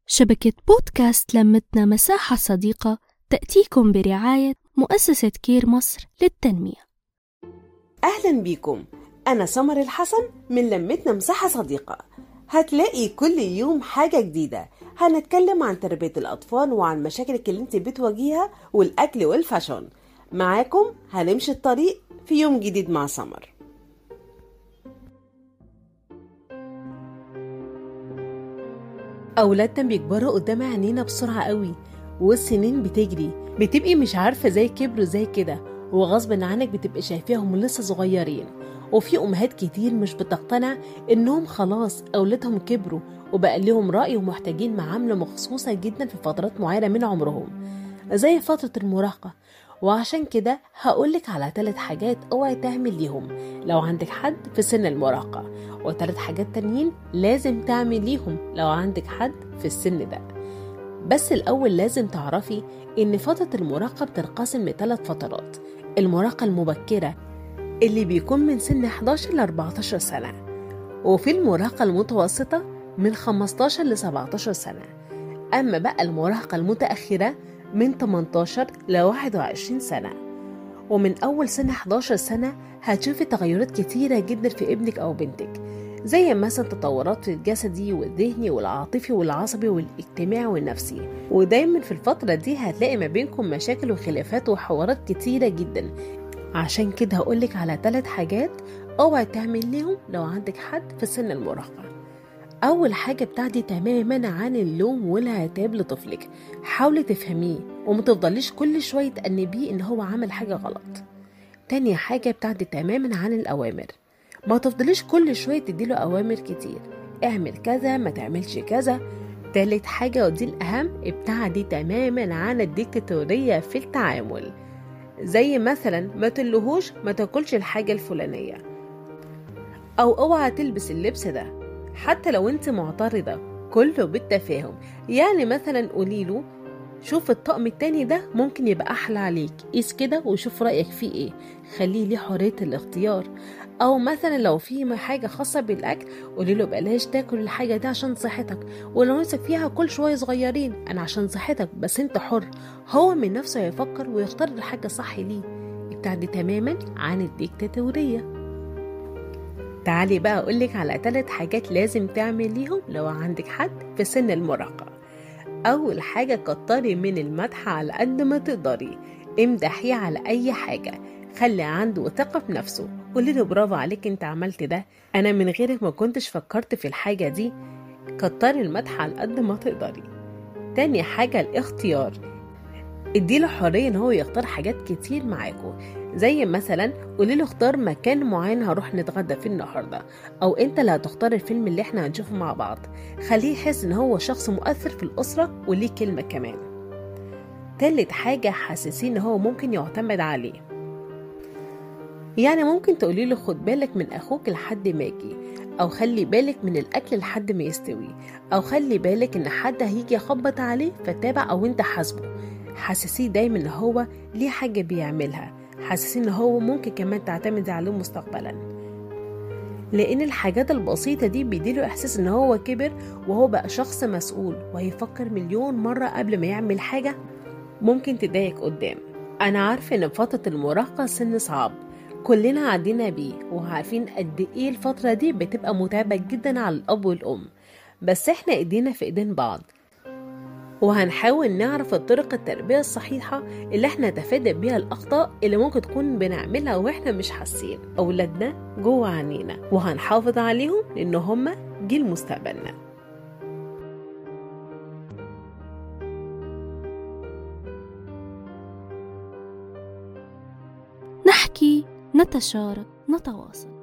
شبكة بودكاست لمتنا مساحة صديقة تأتيكم برعاية مؤسسة كير مصر للتنمية. أهلا بيكم، أنا سمر الحسن من لمتنا مساحة صديقة. هتلاقي كل يوم حاجة جديدة، هنتكلم عن تربية الأطفال وعن مشاكلك اللي انت بتواجهها والأكل والفاشون. معاكم هنمشي الطريق في يوم جديد مع سمر. أولادنا بيكبروا قدام عينينا بسرعة قوي، والسنين بتجري، بتبقي مش عارفة زي كبروا زي كده، وغصب عنك بتبقي شايفاهم لسه صغيرين. وفي أمهات كتير مش بتقتنع إنهم خلاص أولادهم كبروا وبقى لهم رأي ومحتاجين معاملة مخصوصة جدا في فترات معينة من عمرهم زي فترة المراهقة. وعشان كده هقولك على 3 حاجات اوعي تعمل ليهم لو عندك حد في سن المراهقة، و3 حاجات تانيين لازم تعمل ليهم لو عندك حد في السن ده. بس الأول لازم تعرفي إن فترة المراهقة بتنقسم ل3 فترات. المراهقة المبكرة اللي بيكون من سن 11 ل 14 سنة، وفي المراهقة المتوسطة من 15 ل 17 سنة. أما بقى المراهقة المتأخرة من 18 ل 21 سنة. ومن أول سنة 11 سنة هتشوفي تغيرات كتيرة جدا في ابنك أو بنتك، زي مثلا تطورات في الجسدي والذهني والعاطفي والعصبي والاجتماعي والنفسي. ودايما في الفترة دي هتلاقي ما بينكم مشاكل وخلافات وحوارات كتيرة جدا. عشان كده هقولك على 3 حاجات اوعي تعمل ليهم لو عندك حد في سن المراهقة. أول حاجة بتاعتي تماما عن اللوم والعتاب لطفلك. حاولي تفهميه ومتفضليش كل شوية تأنبيه إن هو عمل حاجة غلط. تاني حاجة بتاعتي تماما عن الأوامر. ما تفضليش كل شوية تديله أوامر كتير، اعمل كذا ما تعملش كذا. تالت حاجة ودي الأهم بتاعتي تماما عن الديكتاتورية في التعامل، زي مثلا ما تقولهوش ما تاكلش الحاجة الفلانية، أو اوعى تلبس اللبس ده حتى لو انت معترضة، كله بالتفاهم. يعني مثلا قوليله شوف الطقم التاني ده ممكن يبقى أحلى عليك، قيس كده وشوف رأيك فيه ايه، خليه ليه حرية الاختيار. أو مثلا لو في حاجة خاصة بالأكل قوليله بلاش تاكل الحاجة دي عشان صحتك، ولو نفسك فيها كل شوية صغيرين أنا عشان صحتك، بس انت حر. هو من نفسه يفكر ويختار الحاجة صح ليه. ابتعدي تماما عن الديكتاتورية. تعالي بقى أقولك على 3 حاجات لازم تعمل ليهم لو عندك حد في سن المراهقة. أول حاجة كتري من المدح على قد ما تقدري، امدحيه على أي حاجة، خلي عنده ثقة في نفسه، قوليله برافو عليك انت عملت ده، أنا من غيرك ما كنتش فكرت في الحاجة دي. كتري المدح على قد ما تقدري. تاني حاجة الاختيار. اديله حرية ان هو يختار حاجات كتير معاكم، زي مثلا قوليله اختار مكان معين هروح نتغدى فيه النهاردة، او انت اللي هتختار الفيلم اللي احنا هنشوفه مع بعض. خليه يحس ان هو شخص مؤثر في الأسرة وليه كلمة كمان. تالت حاجة حسسيه ان هو ممكن يعتمد عليه. يعني ممكن تقوليله خد بالك من اخوك لحد ما يجي، او خلي بالك من الاكل لحد ما يستوي، او خلي بالك ان حد هيجي يخبط عليه فتابع او انت حاسبه. حسسيه دايما ان هو ليه حاجة بيعملها، حسسيه ان هو ممكن كمان تعتمد عليه مستقبلا، لان الحاجات البسيطة دي بيديله احساس ان هو كبر وهو بقى شخص مسؤول، وهيفكر مليون مرة قبل ما يعمل حاجة ممكن تضايق قدام. انا عارفة ان فترة المراهقة سن صعب كلنا عدينا بيه، وعارفين قد ايه الفترة دي بتبقى متعبة جدا على الاب والام، بس احنا ايدينا في ايدين بعض، وهنحاول نعرف الطرق التربية الصحيحة اللي احنا نتفادى بيها الأخطاء اللي ممكن تكون بنعملها واحنا مش حاسين. أولادنا جوه عنينا وهنحافظ عليهم لأن هم جيل مستقبلنا. نحكي، نتشارك، نتواصل.